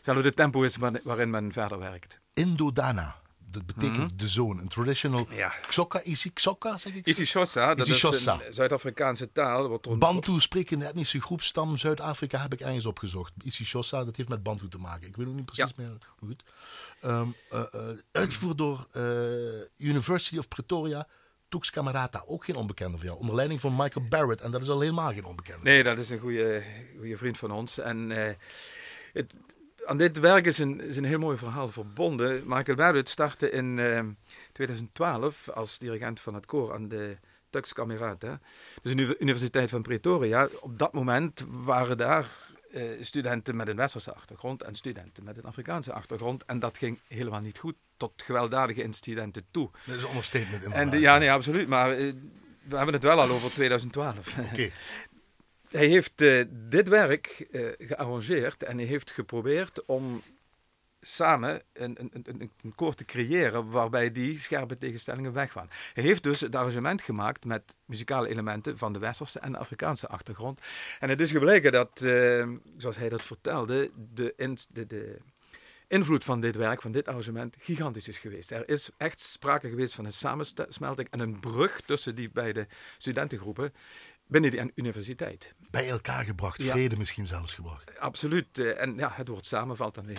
hetzelfde tempo is waarin men verder werkt. Indodana. Dat betekent de zoon. Een traditional Xhosa, Xhosa zeg ik? isiXhosa, dat is een Zuid-Afrikaanse taal. Bantu sprekende etnische groepstam Zuid-Afrika heb ik ergens opgezocht. isiXhosa, dat heeft met Bantu te maken. Ik weet ook niet precies meer. Goed. Uitgevoerd door University of Pretoria. Tux Camerata, ook geen onbekende voor jou. Onder leiding van Michael Barrett. En dat is al helemaal geen onbekende. Nee, dat is een goede vriend van ons. En aan dit werk is een heel mooi verhaal verbonden. Michael Barrett startte in 2012 als dirigent van het koor aan de Tux Camerata. Dus de Universiteit van Pretoria. Op dat moment waren daar studenten met een westerse achtergrond en studenten met een Afrikaanse achtergrond. En dat ging helemaal niet goed, tot gewelddadige incidenten toe. Dat is een understatement inderdaad. Ja, nee, absoluut. Maar we hebben het wel al over 2012. Oké. Hij heeft dit werk gearrangeerd en hij heeft geprobeerd om samen een koor te creëren waarbij die scherpe tegenstellingen weggaan. Hij heeft dus het arrangement gemaakt met muzikale elementen van de westerse en de Afrikaanse achtergrond. En het is gebleken dat, zoals hij dat vertelde, de invloed van dit werk, van dit arrangement, gigantisch is geweest. Er is echt sprake geweest van een samensmelting en een brug tussen die beide studentengroepen binnen die universiteit. Bij elkaar gebracht, vrede misschien zelfs gebracht. Absoluut. En ja, het woord samen valt dan weer.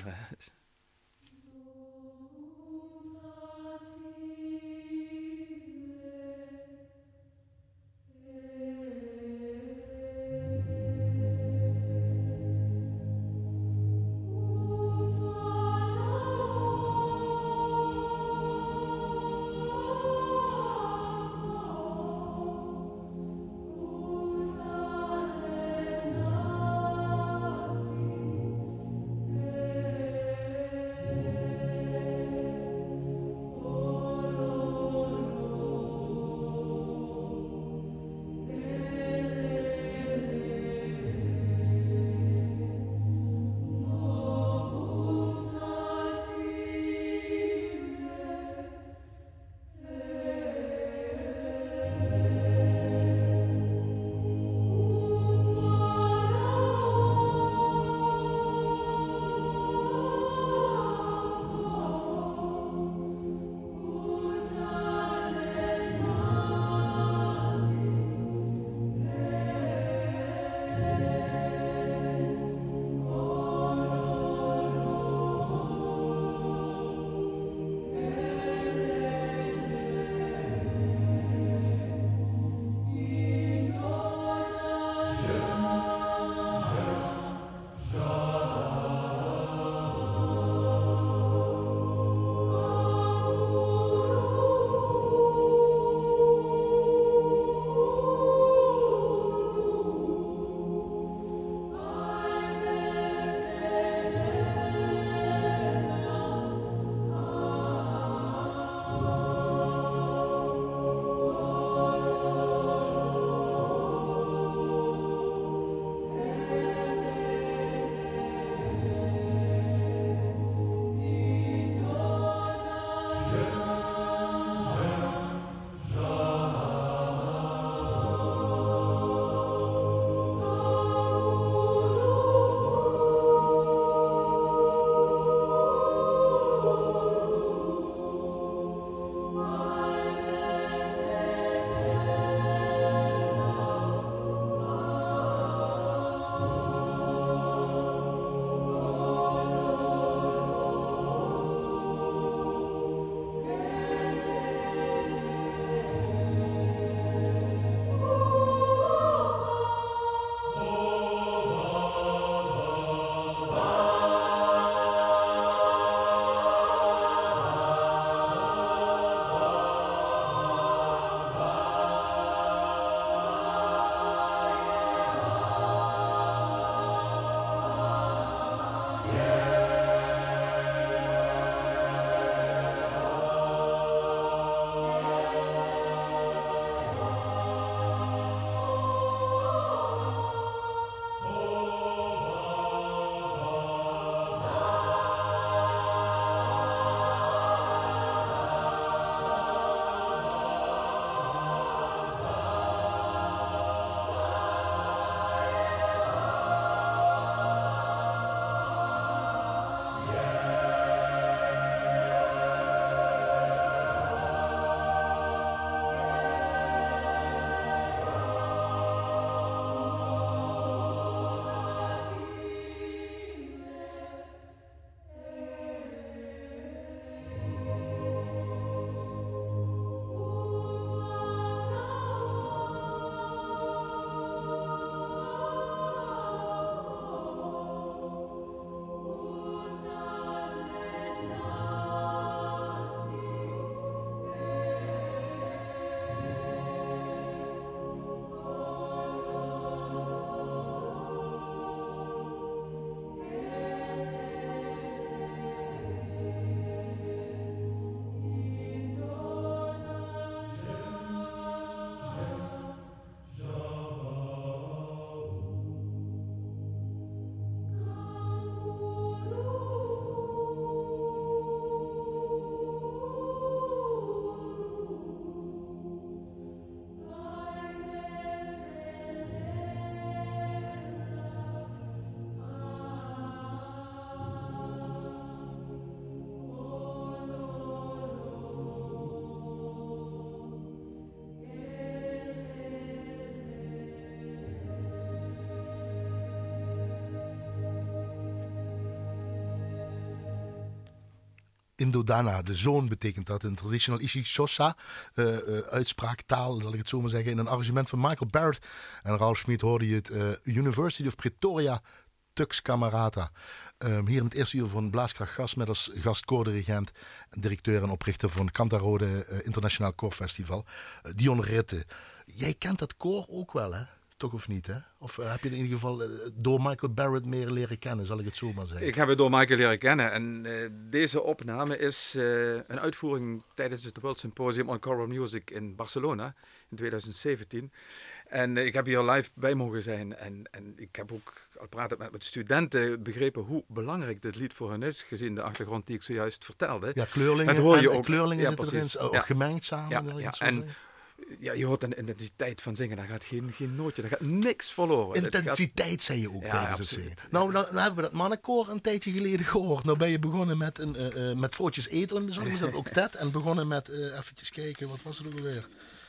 Indodana, de zoon betekent dat. In traditional Ishikshosa, uitspraaktaal, zal ik het zo maar zeggen. In een arrangement van Michael Barrett en Ralph Schmid hoorde je het University of Pretoria Tux Camerata. Hier in het eerste uur van Blaaskracht Gast met als gastkoordirigent, directeur en oprichter van Cantarode Internationaal Koorfestival, Dion Ritte. Jij kent dat koor ook wel, hè? Toch of niet, hè? Of heb je in ieder geval door Michael Barrett meer leren kennen, zal ik het zo maar zeggen? Ik heb het door Michael leren kennen. En deze opname is een uitvoering tijdens het World Symposium on Choral Music in Barcelona in 2017. En ik heb hier live bij mogen zijn. En ik heb ook, al pratend met studenten, begrepen hoe belangrijk dit lied voor hen is, gezien de achtergrond die ik zojuist vertelde. Ja, kleurlingen, dat hoor je en ook. kleurlingen Ja, zitten precies. erin, gemengd samen. Ja, je hoort een intensiteit van zingen. Daar gaat geen nootje, daar gaat niks verloren. Intensiteit zei je ook tijdens het zingen. Nou, Ja. nou hebben we dat mannenkoor een tijdje geleden gehoord. Nou ben je begonnen met Voortjes Eten, zo was dat ook dat. En begonnen met, eventjes kijken, wat was het ook alweer?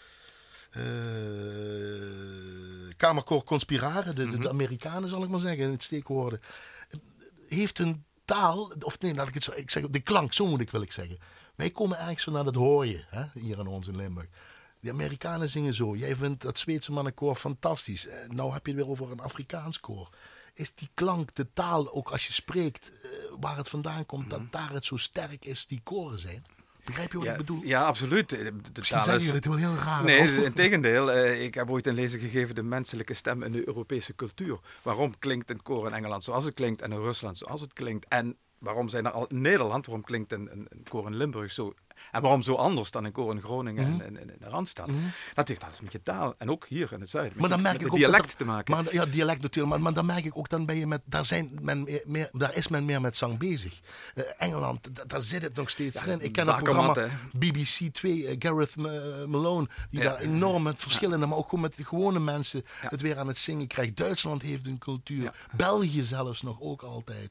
Kamerkoor Conspirare, de Amerikanen zal ik maar zeggen, in het steekwoorden. Heeft hun taal, of nee, laat ik het zo, ik zeg de klank, zo wil ik zeggen. Wij komen ergens vandaan, dat hoor je, hè, hier in ons in Limburg. De Amerikanen zingen zo. Jij vindt dat Zweedse mannenkoor fantastisch. Nou heb je het weer over een Afrikaans koor. Is die klank, de taal, ook als je spreekt, waar het vandaan komt, dat daar het zo sterk is, die koren zijn? Begrijp je wat ik bedoel? Ja, absoluut. Misschien zeggen jullie het wel heel raar. Nee, integendeel. Ik heb ooit een lezing gegeven, de menselijke stem in de Europese cultuur. Waarom klinkt een koor in Engeland zoals het klinkt en in Rusland zoals het klinkt? En waarom zijn er al in Nederland, waarom klinkt een koor in Limburg zo? En waarom zo anders dan een koor in Groningen en in de Randstad? Dat heeft alles met je taal. En ook hier in het zuiden. Maar dan merk ik ook dialect te maken. Maar, ja, dialect natuurlijk. Maar dan merk ik ook, dan ben je met, daar is men meer met zang bezig. Engeland, daar zit het nog steeds in. Ik ken het programma BBC 2, Gareth Malone, die daar enorm met verschillende, maar ook gewoon met de gewone mensen het weer aan het zingen krijgt. Duitsland heeft een cultuur. Ja. België zelfs nog ook altijd.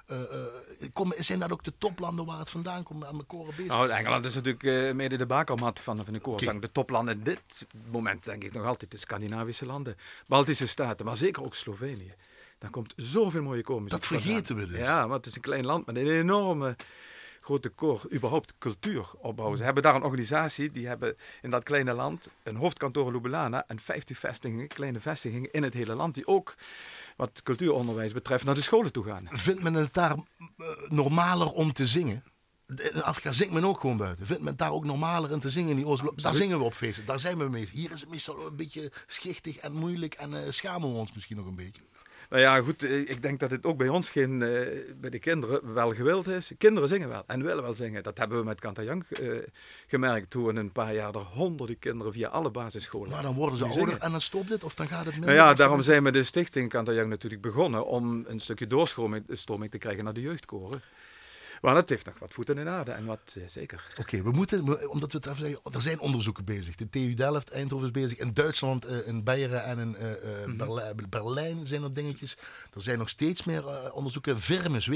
Zijn dat ook de toplanden waar het vandaan komt aan de koren bezig? Nou, Engeland is natuurlijk mede de bakermat van de koorzang. Okay. De toplanden in dit moment denk ik nog altijd de Scandinavische landen, Baltische staten, maar zeker ook Slovenië. Daar komt zoveel mooie koormuziek. Dat vergeten we dus. Ja, want het is een klein land met een enorme grote koor, überhaupt cultuuropbouw. Ze hebben daar een organisatie, die hebben in dat kleine land een hoofdkantoor in Ljubljana en 50 vestigingen, kleine vestigingen in het hele land, die ook wat cultuuronderwijs betreft naar de scholen toe gaan. Vindt men het daar normaler om te zingen? In Afrika zingt men ook gewoon buiten. Vindt men het daar ook normaler in te zingen in die Oost? Daar zingen we op feesten, daar zijn we mee. Hier is het meestal een beetje schichtig en moeilijk en schamen we ons misschien nog een beetje. Nou ja, goed, ik denk dat het ook bij ons bij de kinderen wel gewild is. Kinderen zingen wel en willen wel zingen. Dat hebben we met Cantajang gemerkt. Toen in een paar jaar er honderden kinderen via alle basisscholen. Maar dan worden ze ouder en dan stopt het of dan gaat het minder? Nou ja, daarom zijn we de stichting Cantajang natuurlijk begonnen om een stukje doorstroming te krijgen naar de jeugdkoren. Maar dat heeft nog wat voeten in aarde en wat zeker. Oké, we moeten, omdat we het even zeggen, er zijn onderzoeken bezig. De TU Delft, Eindhoven is bezig. In Duitsland, in Beieren en in Berlijn zijn er dingetjes. Er zijn nog steeds meer onderzoeken. Virmus,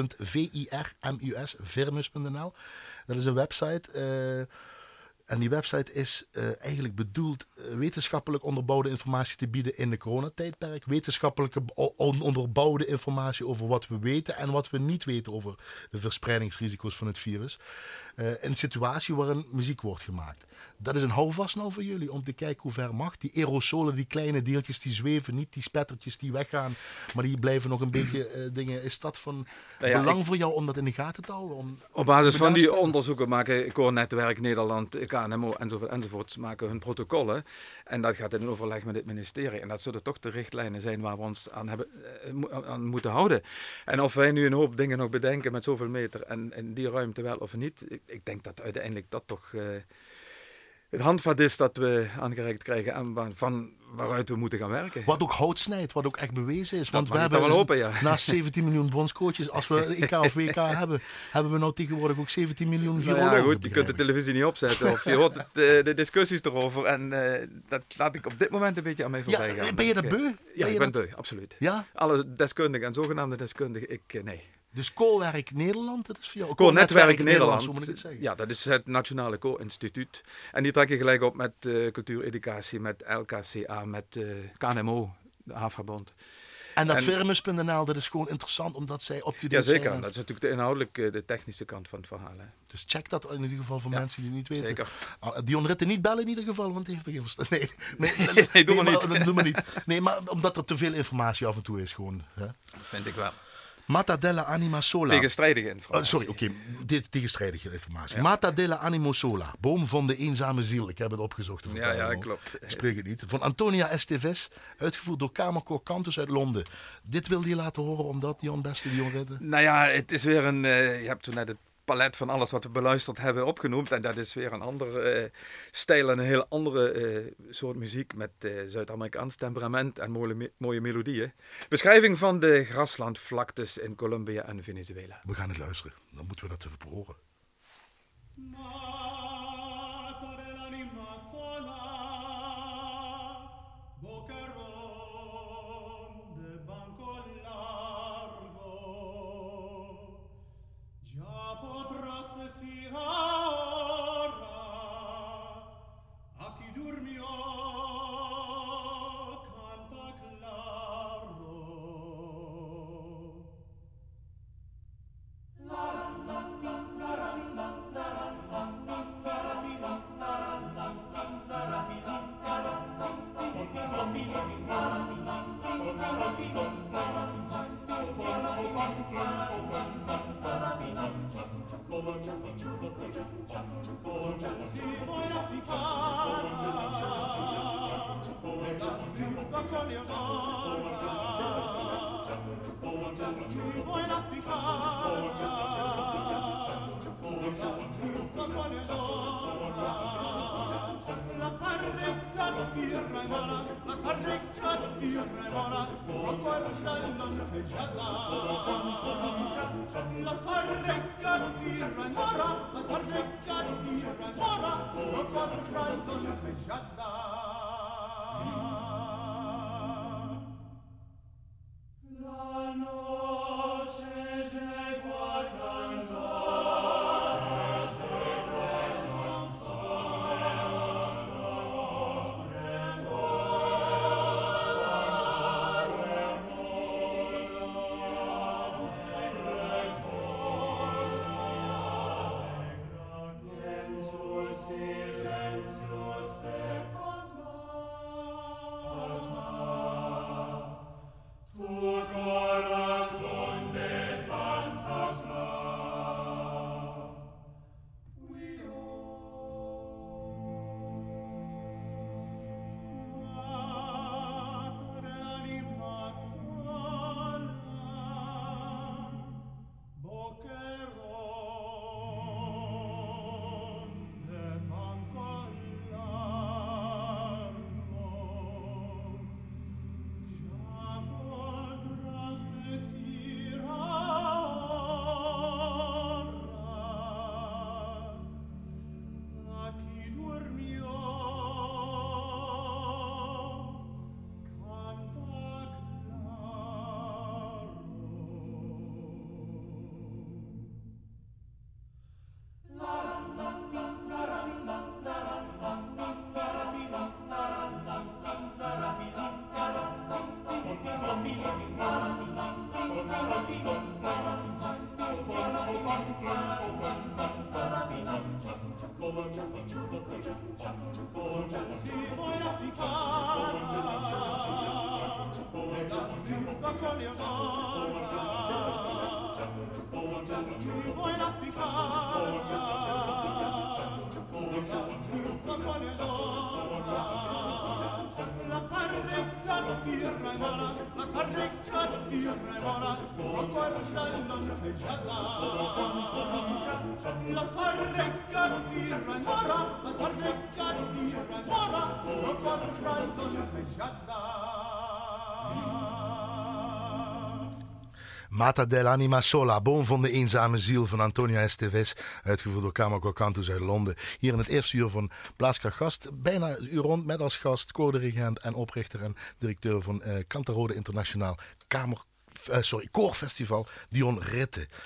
www.virmus.nl. Dat is een website. En die website is eigenlijk bedoeld wetenschappelijk onderbouwde informatie te bieden in de coronatijdperk. Wetenschappelijke onderbouwde informatie over wat we weten en wat we niet weten over de verspreidingsrisico's van het virus. In een situatie waarin muziek wordt gemaakt. Dat is een houvast nou voor jullie om te kijken hoe ver mag. Die aerosolen, die kleine deeltjes die zweven, niet die spettertjes die weggaan, maar die blijven nog een beetje dingen. Is dat van belang voor jou om dat in de gaten te houden? Op basis van die onderzoeken maken Koornetwerk Nederland, KNMO enzovoort maken hun protocollen. En dat gaat in overleg met het ministerie. En dat zullen toch de richtlijnen zijn waar we ons aan moeten houden. En of wij nu een hoop dingen nog bedenken met zoveel meter en in die ruimte wel of niet. Ik denk dat uiteindelijk dat toch het handvat is dat we aangereikt krijgen en van waaruit we moeten gaan werken. Wat ook hout snijdt, wat ook echt bewezen is. Want we hebben wel hopen, naast 17 miljoen bondscoaches, als we EK of WK hebben we nou tegenwoordig ook 17 miljoen virologen. Ja goed, je kunt de televisie niet opzetten of je hoort de discussies erover en dat laat ik op dit moment een beetje aan mij voorbij gaan. Ben je dat beu? Ja, ik ben beu, absoluut. Ja? Alle deskundigen en zogenaamde deskundigen, nee. Dus Koorwerk Nederland, dat is voor jou? Koornetwerk Nederland, hoe moet ik het zeggen? Ja, dat is het Nationale Koorinstituut. En die trekken gelijk op met cultuureducatie, met LKCA, met KNMO, de Haafverbond. En dat Firmus.nl, dat is gewoon interessant, omdat zij up-to-date zijn. Ja, zeker. Dat is natuurlijk de inhoudelijke, de technische kant van het verhaal. Hè. Dus check dat in ieder geval voor mensen die het niet weten. Zeker. Dion Ritte niet bellen in ieder geval, want die heeft er geen verstand. Nee, doe maar niet. Nee, maar omdat er te veel informatie af en toe is gewoon. Hè? Vind ik wel. Mata della anima sola. Tegenstrijdige informatie. Tegenstrijdige informatie. Ja. Mata della animo sola. Boom van de eenzame ziel. Ik heb het opgezocht. Ja, klopt. Ik spreek het niet. Van Antonia Esteves. Uitgevoerd door Kamerkoor Cantus uit Londen. Dit wilde je laten horen omdat, Dion Ritte? Nou ja, het is weer een... je hebt toen net het palet van alles wat we beluisterd hebben opgenoemd. En dat is weer een andere stijl en een heel andere soort muziek met Zuid-Amerikaans temperament en mooie melodieën. Beschrijving van de graslandvlaktes in Colombia en Venezuela. We gaan het luisteren. Dan moeten we dat even horen. Mata dell'anima sola, boom van de eenzame ziel van Antonia Esteves, uitgevoerd door Kamerkoor Cantus uit Londen. Hier in het eerste uur van Blaaskracht Gast, bijna een uur rond met als gast koordirigent en oprichter en directeur van Cantarode Internationaal Koorfestival, Dion Ritte.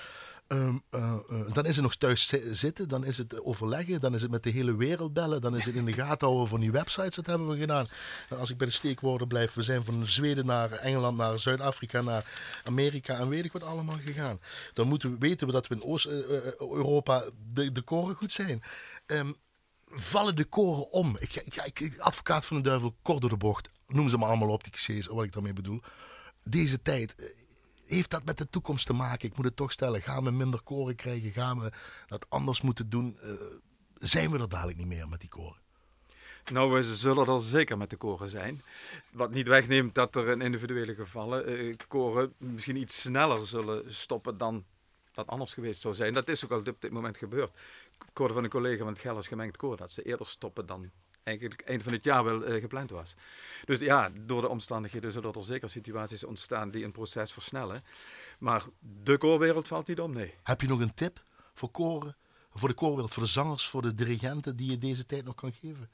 Dan is het nog thuis zitten, dan is het overleggen, dan is het met de hele wereld bellen, dan is het in de gaten houden van die websites, dat hebben we gedaan. En als ik bij de steekwoorden blijf, we zijn van Zweden naar Engeland, naar Zuid-Afrika, naar Amerika en weet ik wat allemaal gegaan. Dan weten we dat we in Oost-Europa de koren goed zijn. Vallen de koren om? Ik advocaat van de duivel, kort door de bocht, noem ze maar allemaal op, die clichés, wat ik daarmee bedoel. Deze tijd... Heeft dat met de toekomst te maken? Ik moet het toch stellen. Gaan we minder koren krijgen? Gaan we dat anders moeten doen? Zijn we er dadelijk niet meer met die koren? Nou, we zullen er zeker met de koren zijn. Wat niet wegneemt dat er in individuele gevallen koren misschien iets sneller zullen stoppen dan dat anders geweest zou zijn. Dat is ook al op dit moment gebeurd. Ik hoorde van een collega van het Geldersch Gemengd Koor dat ze eerder stoppen dan eigenlijk eind van het jaar wel gepland was. Dus ja, door de omstandigheden zullen er zeker situaties ontstaan die een proces versnellen. Maar de koorwereld valt niet om, nee. Heb je nog een tip voor koren, voor de koorwereld, voor de zangers, voor de dirigenten die je deze tijd nog kan geven?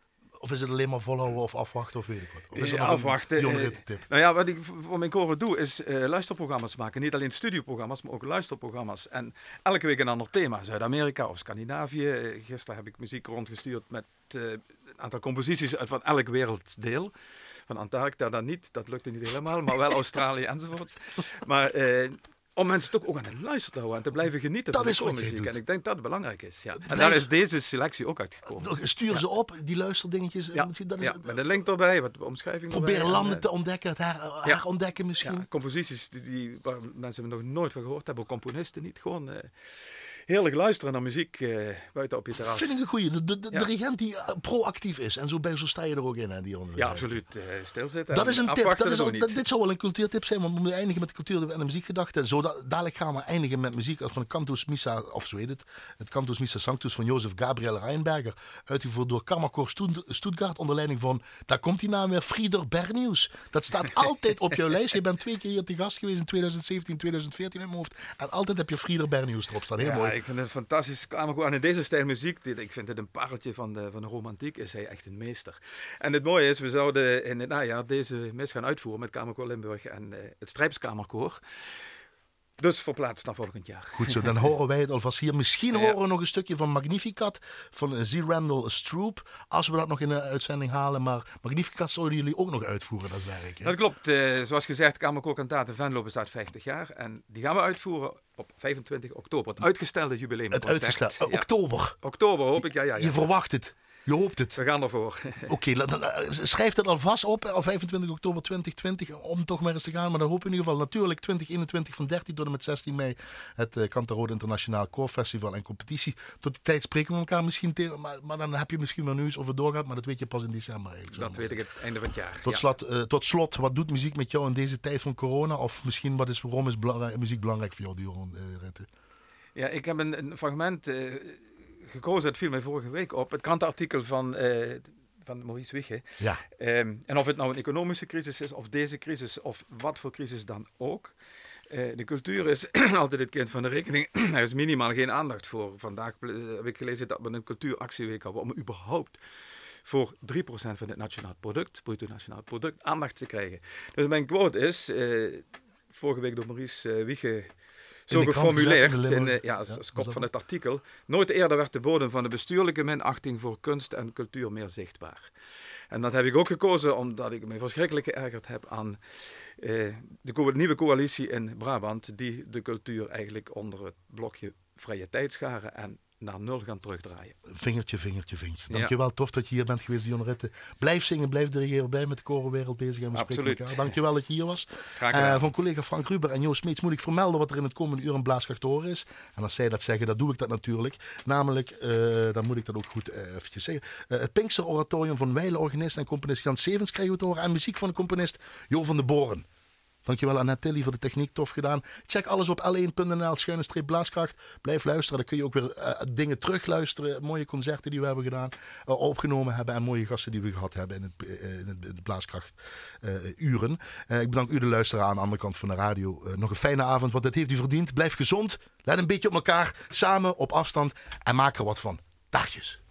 Of is het alleen maar volhouden of afwachten of weet ik wat? Of is er nog afwachten, een tip? Nou ja, wat ik voor mijn koren doe is luisterprogramma's maken. Niet alleen studioprogramma's, maar ook luisterprogramma's. En elke week een ander thema. Zuid-Amerika of Scandinavië. Gisteren heb ik muziek rondgestuurd met een aantal composities uit van elk werelddeel. Van Antarctica dan niet, dat lukte niet helemaal, maar wel Australië enzovoort. Maar... om mensen toch ook aan het luisteren te houden en te blijven genieten van de muziek. En ik denk dat het belangrijk is. Ja. En daar is deze selectie ook uitgekomen. Stuur ze op, die luisterdingetjes. Ja, dat is, met een link erbij, wat omschrijving erbij. Proberen landen te ontdekken, het herontdekken misschien. Ja, composities waar mensen nog nooit van gehoord hebben, ook componisten niet. Gewoon heerlijk luisteren naar muziek buiten op je terras. Vind ik een goeie. De dirigent die proactief is. En zo sta je er ook in. Hè, die ja, absoluut. Stilzitten. Dat is een tip. Dit zou wel een cultuurtip zijn. Want we moeten eindigen met de cultuur en de muziekgedachte. Dadelijk gaan we eindigen met muziek van de Cantus Missa, of zo heet het Cantus Missa Sanctus van Jozef Gabriel Reinberger. Uitgevoerd door Kammerkoor Stuttgart onder leiding van, daar komt die naam weer, Frieder Bernius. Dat staat altijd op jouw lijst. Je bent 2 keer hier te gast geweest in 2017, 2014 in mijn hoofd. En altijd heb je Frieder Bernius erop staan. Heel mooi. Ik vind het fantastisch. En in deze stijl muziek, ik vind het een pareltje van de romantiek, is hij echt een meester. En het mooie is, we zouden in het najaar deze mis gaan uitvoeren met Kamerkoor Limburg en het Strijpskamerkoor. Dus verplaatst naar volgend jaar. Goed zo, dan horen wij het alvast hier. Misschien horen we nog een stukje van Magnificat, van Z. Randall Stroop. Als we dat nog in de uitzending halen. Maar Magnificat zullen jullie ook nog uitvoeren, dat werk. Hè? Dat klopt. Zoals gezegd, Kamerkoor Kantate Venlo bestaat 50 jaar. En die gaan we uitvoeren op 25 oktober. Het uitgestelde jubileum. Het uitgestelde. Oktober. Oktober hoop ik, ja. Je verwacht het. Je hoopt het. We gaan ervoor. Oké, schrijf het alvast op. Op 25 oktober 2020. Om toch maar eens te gaan. Maar dan hoop ik in ieder geval natuurlijk 2021 van 13 tot en met 16 mei. Het Cantarode Internationaal Koorfestival en competitie. Tot die tijd spreken we elkaar misschien tegen. Maar dan heb je misschien wel nieuws of het doorgaat. Maar dat weet je pas in december eigenlijk. Dat weet ik het einde van het jaar. Tot slot, wat doet muziek met jou in deze tijd van corona? Of misschien waarom is muziek belangrijk voor jou, Dion Ritte? Ja, ik heb een fragment... gekozen, het viel mij vorige week op, het krantenartikel van Maurice Wiche. Ja. En of het nou een economische crisis is, of deze crisis, of wat voor crisis dan ook. De cultuur is altijd het kind van de rekening. Er is minimaal geen aandacht voor. Vandaag heb ik gelezen dat we een cultuuractieweek hebben om überhaupt voor 3% van het nationaal product, bruto nationaal product, aandacht te krijgen. Dus mijn quote is, vorige week door Maurice Wiche zo geformuleerd, als kop van het artikel. Nooit eerder werd de bodem van de bestuurlijke minachting voor kunst en cultuur meer zichtbaar. En dat heb ik ook gekozen omdat ik me verschrikkelijk geërgerd heb aan de nieuwe coalitie in Brabant, die de cultuur eigenlijk onder het blokje vrije tijd scharen en naar 0 gaan terugdraaien. Vingertje. Dankjewel, tof dat je hier bent geweest, Dion Ritte. Blijf zingen, blijf dirigeren, blijf met de korenwereld bezig en we spreken elkaar. Dankjewel dat je hier was. Van collega Frank Ruber en Joost Smeets moet ik vermelden wat er in het komende uur in Blaaskracht te horen is. En als zij dat zeggen, dan doe ik dat natuurlijk. Namelijk, dan moet ik dat ook goed eventjes zeggen. Het Pinkster Oratorium van wijle-organist en componist Jan Sevens krijgen we te horen. En muziek van de componist Jo van de Boren. Dankjewel Annette Tilly voor de techniek, tof gedaan. Check alles op l1.nl/Blaaskracht. Blijf luisteren, dan kun je ook weer dingen terugluisteren. Mooie concerten die we hebben gedaan, opgenomen hebben en mooie gasten die we gehad hebben in de Blaaskracht uren. Ik bedank u de luisteraar aan de andere kant van de radio. Nog een fijne avond, want dat heeft u verdiend. Blijf gezond, let een beetje op elkaar, samen op afstand en maak er wat van. Dagjes.